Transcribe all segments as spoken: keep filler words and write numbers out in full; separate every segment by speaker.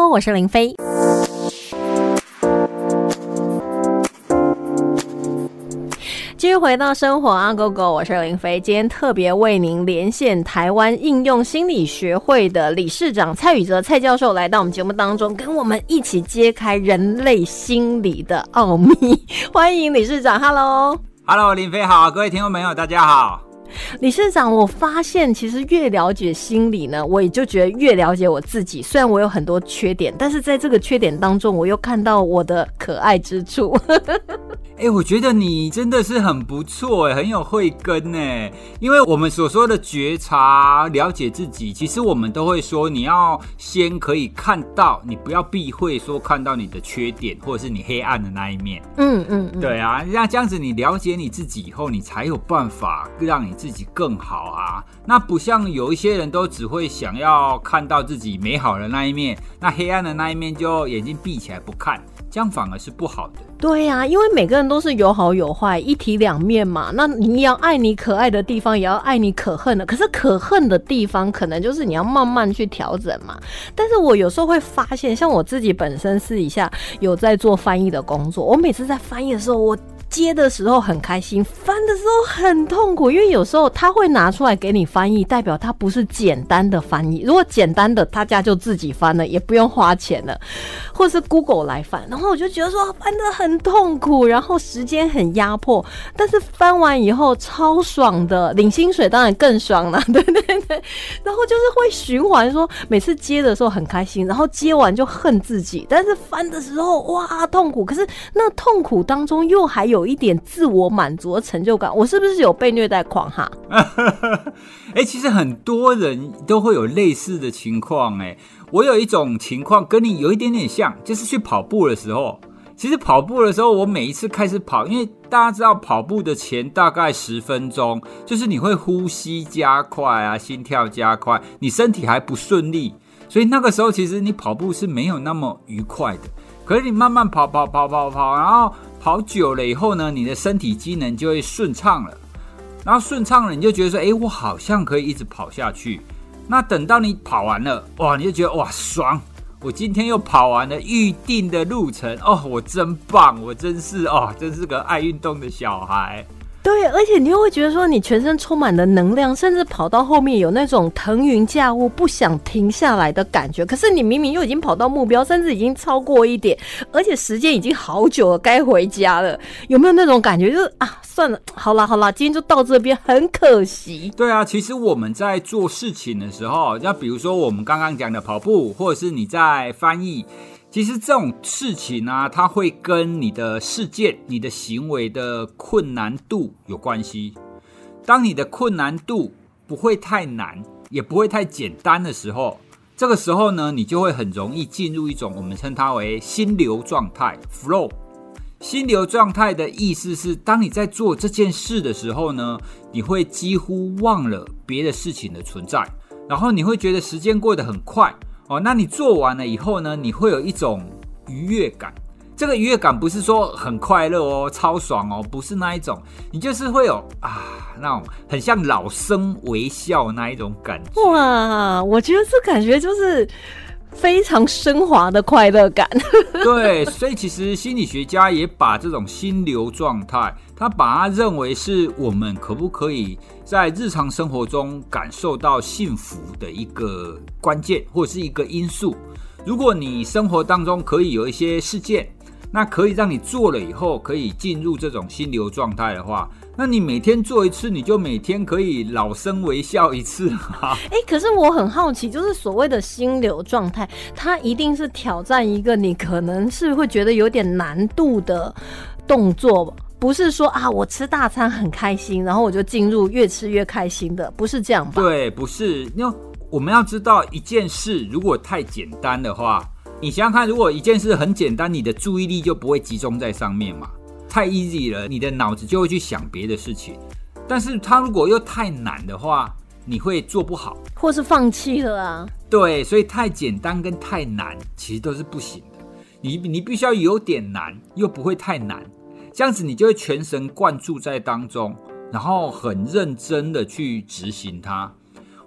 Speaker 1: 我是林飞。继续回到生活啊 Go Go， 我是林飞。今天特别为您连线台湾应用心理学会的理事长蔡宇哲蔡教授来到我们节目当中，跟我们一起揭开人类心理的奥秘。欢迎理事长 ，Hello，Hello，
Speaker 2: Hello, 林飞好，各位听众朋友大家好。
Speaker 1: 理事长，我发现其实越了解心理呢，我也就觉得越了解我自己。虽然我有很多缺点，但是在这个缺点当中，我又看到我的可爱之处。
Speaker 2: 哎、欸，我觉得你真的是很不错，很有慧根呢。因为我们所说的觉察、了解自己，其实我们都会说，你要先可以看到，你不要避讳说看到你的缺点，或者是你黑暗的那一面。嗯嗯嗯，对啊，那这样子你了解你自己以后，你才有办法让你自己更好啊。那不像有一些人都只会想要看到自己美好的那一面，那黑暗的那一面就眼睛闭起来不看，这样反而是不好的。
Speaker 1: 对啊，因为每个人都是有好有坏，一体两面嘛。那你要爱你可爱的地方，也要爱你可恨的。可是可恨的地方，可能就是你要慢慢去调整嘛。但是我有时候会发现，像我自己本身私底下有在做翻译的工作，我每次在翻译的时候，我接的时候很开心，翻的时候很痛苦，因为有时候他会拿出来给你翻译，代表他不是简单的翻译。如果简单的，大家就自己翻了，也不用花钱了，或是 Google 来翻。然后我就觉得说翻得很痛苦，然后时间很压迫，但是翻完以后超爽的，领薪水当然更爽了，对对对。然后就是会循环说，每次接的时候很开心，然后接完就恨自己，但是翻的时候哇痛苦，可是那痛苦当中又还有有一点自我满足的成就感，我是不是有被虐待狂哈？
Speaker 2: 欸，其实很多人都会有类似的情况欸。我有一种情况跟你有一点点像，就是去跑步的时候。其实跑步的时候，我每一次开始跑，因为大家知道跑步的前大概十分钟，就是你会呼吸加快啊，心跳加快，你身体还不顺利，所以那个时候其实你跑步是没有那么愉快的。可是你慢慢跑跑跑跑跑，然后跑久了以后呢，你的身体机能就会顺畅了，然后顺畅了，你就觉得说，哎，我好像可以一直跑下去。那等到你跑完了，哇，你就觉得哇爽，我今天又跑完了预定的路程，哦，我真棒，我真是哦，真是个爱运动的小孩。
Speaker 1: 对，而且你又会觉得说你全身充满了能量，甚至跑到后面有那种腾云驾雾不想停下来的感觉。可是你明明又已经跑到目标，甚至已经超过一点，而且时间已经好久了，该回家了。有没有那种感觉就是啊，算了，好啦好啦，今天就到这边，很可惜。
Speaker 2: 对啊，其实我们在做事情的时候，像比如说我们刚刚讲的跑步，或者是你在翻译，其实这种事情啊，它会跟你的事件、你的行为的困难度有关系。当你的困难度不会太难，也不会太简单的时候，这个时候呢，你就会很容易进入一种我们称它为心流状态 （flow）。心流状态的意思是，当你在做这件事的时候呢，你会几乎忘了别的事情的存在，然后你会觉得时间过得很快。哦，那你做完了以后呢，你会有一种愉悦感。这个愉悦感不是说很快乐哦，超爽哦，不是那一种，你就是会有啊那种很像老生微笑那一种感觉。
Speaker 1: 哇，我觉得这感觉就是非常升华的快乐感。
Speaker 2: 对，所以其实心理学家也把这种心流状态，他把它认为是我们可不可以在日常生活中感受到幸福的一个关键，或者是一个因素。如果你生活当中可以有一些事件，那可以让你做了以后可以进入这种心流状态的话，那你每天做一次，你就每天可以老生微笑一次啊。
Speaker 1: 欸，可是我很好奇，就是所谓的心流状态，它一定是挑战一个你可能是会觉得有点难度的动作，不是说啊我吃大餐很开心，然后我就进入越吃越开心的，不是这样吧？
Speaker 2: 对，不是。因为我们要知道一件事如果太简单的话，你想想看，如果一件事很简单，你的注意力就不会集中在上面嘛，太 easy 了，你的脑子就会去想别的事情。但是它如果又太难的话，你会做不好，
Speaker 1: 或是放弃了啊。
Speaker 2: 对，所以太简单跟太难其实都是不行的。你你必须要有点难，又不会太难，这样子你就会全神贯注在当中，然后很认真的去执行它。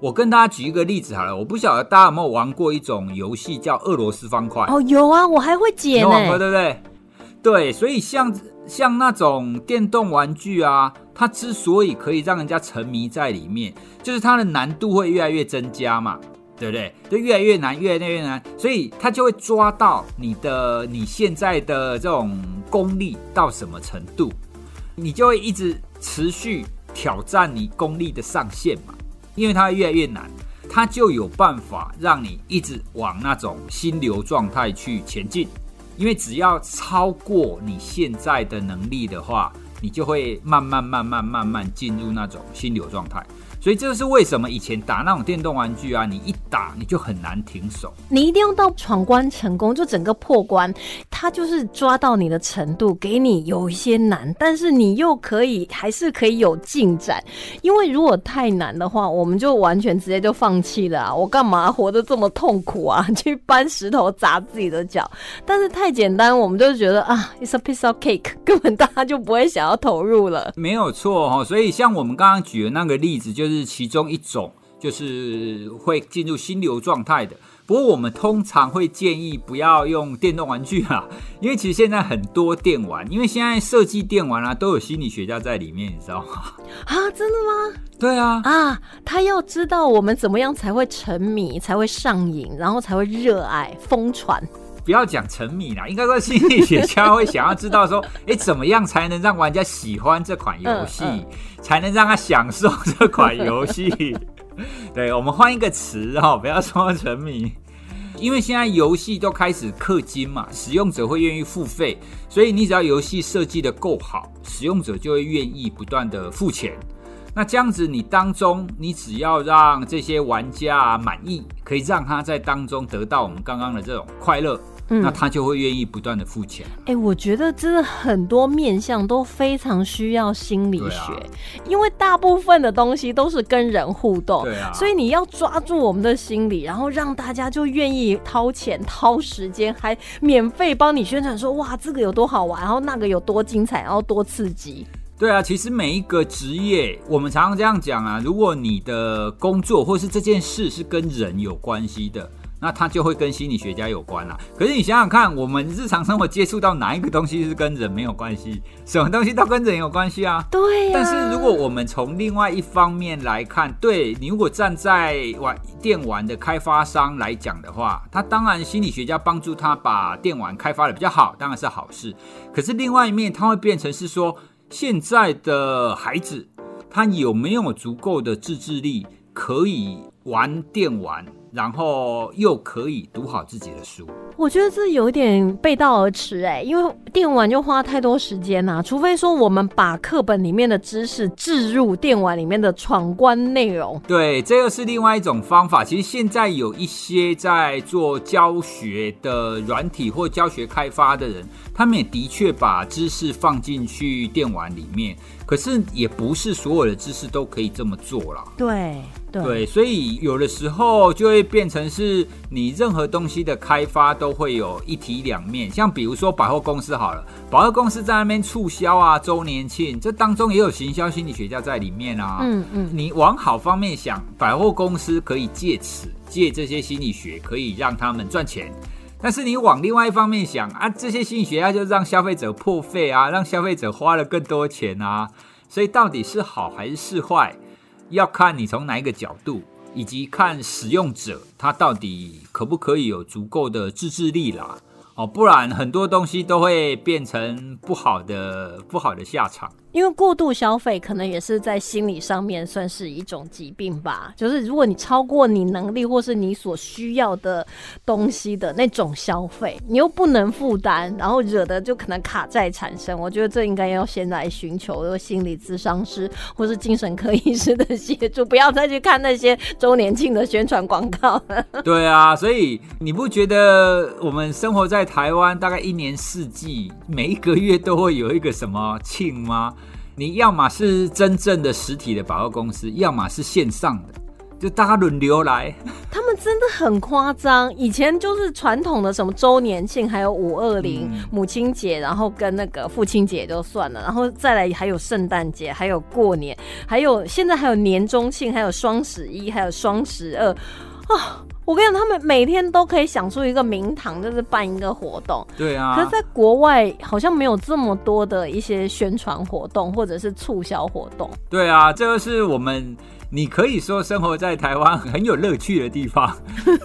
Speaker 2: 我跟大家举一个例子好了，我不晓得大家有没有玩过一种游戏叫俄罗斯方块。
Speaker 1: 哦，有啊，我还会解呢。
Speaker 2: 有玩过对不对？对，所以像像那种电动玩具啊，它之所以可以让人家沉迷在里面，就是它的难度会越来越增加嘛，对不对？就越来越难，越来越难，所以它就会抓到你的你现在的这种功力到什么程度，你就会一直持续挑战你功力的上限嘛。因为它会越来越难，它就有办法让你一直往那种心流状态去前进。因为只要超过你现在的能力的话，你就会慢慢慢慢慢慢进入那种心流状态。所以这是为什么以前打那种电动玩具啊，你一打你就很难停手，
Speaker 1: 你一定要到闯关成功，就整个破关，它就是抓到你的程度，给你有一些难，但是你又可以还是可以有进展。因为如果太难的话，我们就完全直接就放弃了啊！我干嘛活得这么痛苦啊？去搬石头砸自己的脚。但是太简单，我们就觉得啊 ，it's a piece of cake， 根本大家就不会想要投入了。
Speaker 2: 没有错哦。所以像我们刚刚举的那个例子，就是其中一种，就是会进入心流状态的。不过我们通常会建议不要用电动玩具啊，因为其实现在很多电玩，因为现在设计电玩啊都有心理学家在里面，你知道吗？
Speaker 1: 啊，真的吗？
Speaker 2: 对啊，
Speaker 1: 啊，他要知道我们怎么样才会沉迷，才会上瘾，然后才会热爱疯传。
Speaker 2: 不要讲沉迷啦，应该说心理学家会想要知道说，哎，怎么样才能让玩家喜欢这款游戏，嗯嗯、才能让他享受这款游戏。对，我们换一个词哦，不要说沉迷，因为现在游戏都开始氪金嘛，使用者会愿意付费，所以你只要游戏设计的够好，使用者就会愿意不断的付钱。那这样子，你当中你只要让这些玩家满意，可以让他在当中得到我们刚刚的这种快乐。嗯、那他就会愿意不断的付钱。
Speaker 1: 哎、欸，我觉得真的很多面向都非常需要心理学，啊、因为大部分的东西都是跟人互动，
Speaker 2: 对啊，
Speaker 1: 所以你要抓住我们的心理，然后让大家就愿意掏钱、掏时间，还免费帮你宣传说哇这个有多好玩，然后那个有多精彩，然后多刺激。
Speaker 2: 对啊，其实每一个职业，我们常常这样讲啊，如果你的工作或是这件事是跟人有关系的，那它就会跟心理学家有关啦。可是你想想看，我们日常生活接触到哪一个东西是跟人没有关系？什么东西都跟人有关系啊。
Speaker 1: 对啊。
Speaker 2: 但是如果我们从另外一方面来看，对，你如果站在玩电玩的开发商来讲的话，他当然心理学家帮助他把电玩开发的比较好，当然是好事。可是另外一面，它会变成是说，现在的孩子他有没有足够的自制力，可以玩电玩，然后又可以读好自己的书？
Speaker 1: 我觉得这有点背道而驰哎、欸，因为电玩就花太多时间啊，除非说我们把课本里面的知识置入电玩里面的闯关内容。
Speaker 2: 对，这个是另外一种方法。其实现在有一些在做教学的软体或教学开发的人，他们也的确把知识放进去电玩里面，可是也不是所有的知识都可以这么做啦。
Speaker 1: 对。对,
Speaker 2: 对，所以有的时候就会变成是你任何东西的开发都会有一体两面。像比如说百货公司好了，百货公司在那边促销啊、周年庆，这当中也有行销心理学家在里面啊。嗯嗯，你往好方面想，百货公司可以借此借这些心理学，可以让他们赚钱。但是你往另外一方面想啊，这些心理学家就让消费者破费啊，让消费者花了更多钱啊。所以到底是好还是是坏？要看你从哪一个角度，以及看使用者他到底可不可以有足够的自制力啦，哦，不然很多东西都会变成不好的不好的下场。
Speaker 1: 因为过度消费可能也是在心理上面算是一种疾病吧，就是如果你超过你能力或是你所需要的东西的那种消费，你又不能负担，然后惹得就可能卡债产生。我觉得这应该要先来寻求心理咨商师或是精神科医师的协助，不要再去看那些周年庆的宣传广告了。
Speaker 2: 对啊，所以你不觉得我们生活在台湾大概一年四季每一个月都会有一个什么庆吗？你要么是真正的实体的百货公司，要么是线上的， 就大家轮流来。
Speaker 1: 他们真的很夸张，以前就是传统的什么周年庆，还有五二零、嗯、母亲节，然后跟那个父亲节就算了，然后再来还有圣诞节，还有过年，还有现在还有年中庆，还有双十一，还有双十二啊！我跟你讲，他们每天都可以想出一个名堂，就是办一个活动。
Speaker 2: 对啊，
Speaker 1: 可是在国外好像没有这么多的一些宣传活动或者是促销活动。
Speaker 2: 对啊，这就是我们你可以说生活在台湾很有乐趣的地方。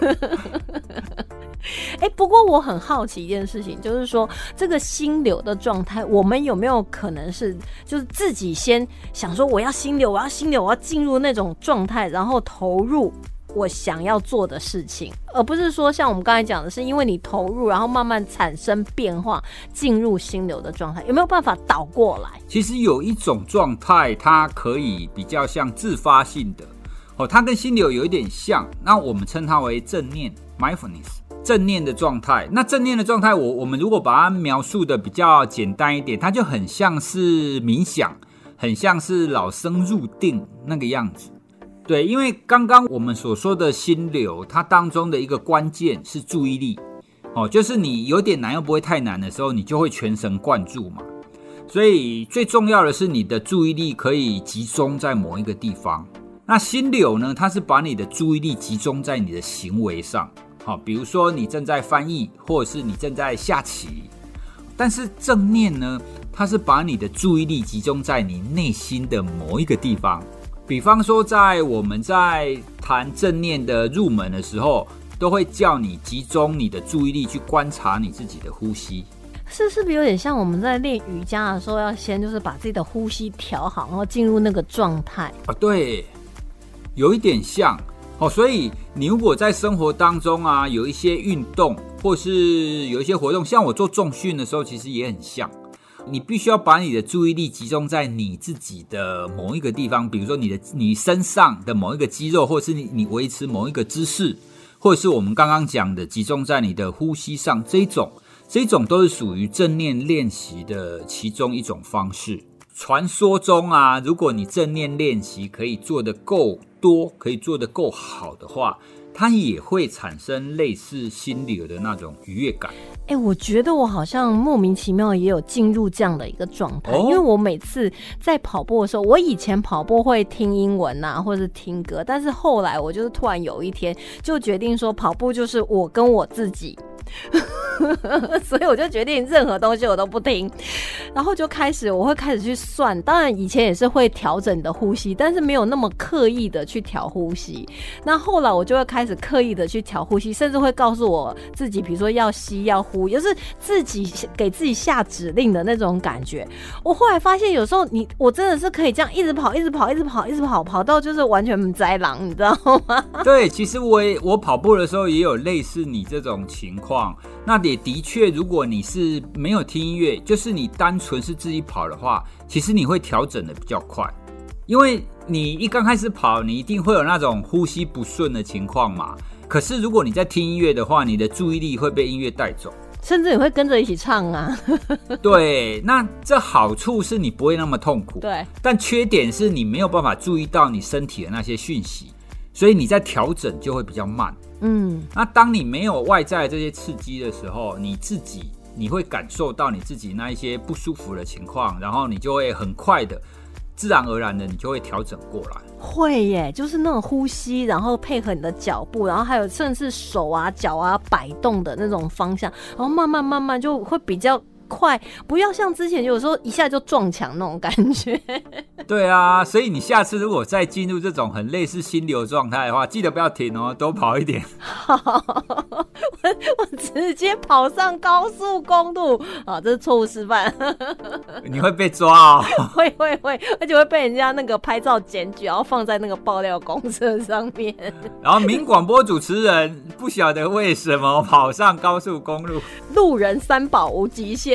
Speaker 1: 哎、欸，不过我很好奇一件事情，就是说这个心流的状态，我们有没有可能是就是自己先想说我要心流，我要心流，我要进入那种状态，然后投入我想要做的事情，而不是说像我们刚才讲的是因为你投入然后慢慢产生变化进入心流的状态，有没有办法倒过来？
Speaker 2: 其实有一种状态它可以比较像自发性的、哦、它跟心流有一点像，那我们称它为正念 mindfulness， 正念的状态。那正念的状态 我, 我们如果把它描述的比较简单一点，它就很像是冥想，很像是老僧入定那个样子。对，因为刚刚我们所说的心流，它当中的一个关键是注意力、哦、就是你有点难又不会太难的时候，你就会全神贯注嘛。所以最重要的是你的注意力可以集中在某一个地方。那心流呢，它是把你的注意力集中在你的行为上、哦、比如说你正在翻译，或者是你正在下棋。但是正念呢，它是把你的注意力集中在你内心的某一个地方。比方说在我们在谈正念的入门的时候，都会叫你集中你的注意力去观察你自己的呼吸。
Speaker 1: 是是不是有点像我们在练瑜伽的时候，要先就是把自己的呼吸调好，然后进入那个状态
Speaker 2: 啊？对，有一点像哦。所以你如果在生活当中啊，有一些运动或是有一些活动，像我做重训的时候，其实也很像。你必须要把你的注意力集中在你自己的某一个地方，比如说你的你身上的某一个肌肉，或者是 你, 你维持某一个姿势，或者是我们刚刚讲的集中在你的呼吸上，这种这种都是属于正念练习的其中一种方式。传说中啊，如果你正念练习可以做得够多，可以做得够好的话，它也会产生类似心流的那种愉悦感。
Speaker 1: 哎、欸，我觉得我好像莫名其妙也有进入这样的一个状态、哦，因为我每次在跑步的时候，我以前跑步会听英文啊，或者是听歌，但是后来我就是突然有一天就决定说，跑步就是我跟我自己。所以我就决定任何东西我都不听，然后就开始我会开始去算，当然以前也是会调整你的呼吸，但是没有那么刻意的去调呼吸。那后来我就会开始刻意的去调呼吸，甚至会告诉我自己，比如说要吸要呼，就是自己给自己下指令的那种感觉。我后来发现有时候你我真的是可以这样一直跑一直跑一直跑一直跑跑到就是完全不栽狼，你知道吗？
Speaker 2: 对，其实我也我跑步的时候也有类似你这种情况。那也的确，如果你是没有听音乐，就是你单纯是自己跑的话，其实你会调整的比较快。因为你一刚开始跑，你一定会有那种呼吸不顺的情况嘛。可是如果你在听音乐的话，你的注意力会被音乐带走，
Speaker 1: 甚至你会跟着一起唱啊。
Speaker 2: 对，那这好处是你不会那么痛苦，
Speaker 1: 对，
Speaker 2: 但缺点是你没有办法注意到你身体的那些讯息，所以你在调整就会比较慢。嗯，那当你没有外在的这些刺激的时候，你自己你会感受到你自己那一些不舒服的情况，然后你就会很快的自然而然的你就会调整过来。
Speaker 1: 会耶，就是那种呼吸，然后配合你的脚步，然后还有甚至手啊脚啊摆动的那种方向，然后慢慢慢慢就会比较快，不要像之前有时候一下就撞墙那种感觉。
Speaker 2: 对啊，所以你下次如果再进入这种很类似心流状态的话，记得不要停哦，多跑一点。
Speaker 1: 好，我, 我直接跑上高速公路啊，这是错误示范。
Speaker 2: 你会被抓哦。
Speaker 1: 会会会，而且会被人家那个拍照检举，然后放在那个爆料公社上面。
Speaker 2: 然后名广播主持人不晓得为什么跑上高速公路，
Speaker 1: 路人三宝无极限。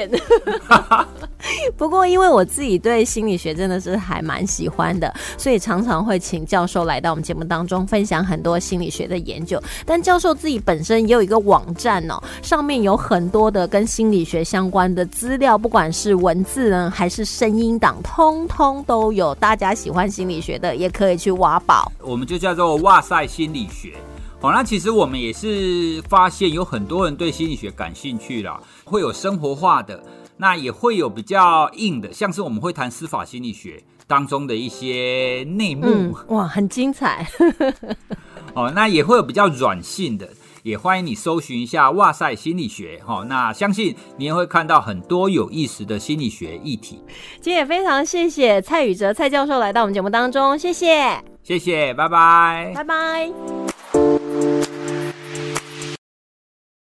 Speaker 1: 见。
Speaker 3: 不过因为我自己对心理学真的是还蛮喜欢的，所以常常会请教授来到我们节目当中分享很多心理学的研究。但教授自己本身也有一个网站哦，上面有很多的跟心理学相关的资料，不管是文字呢还是声音档，通通都有。大家喜欢心理学的也可以去挖宝，
Speaker 2: 我们就叫做哇塞心理学。好，那其实我们也是发现有很多人对心理学感兴趣啦，会有生活化的，那也会有比较硬的，像是我们会谈司法心理学当中的一些内幕、
Speaker 3: 嗯、哇，很精彩。
Speaker 2: 哦，那也会有比较软性的，也欢迎你搜寻一下哇塞心理学、哦、那相信你也会看到很多有意思的心理学议题。
Speaker 3: 今天也非常谢谢蔡宇哲蔡教授来到我们节目当中，谢谢，
Speaker 2: 谢谢，拜拜，
Speaker 3: 拜拜。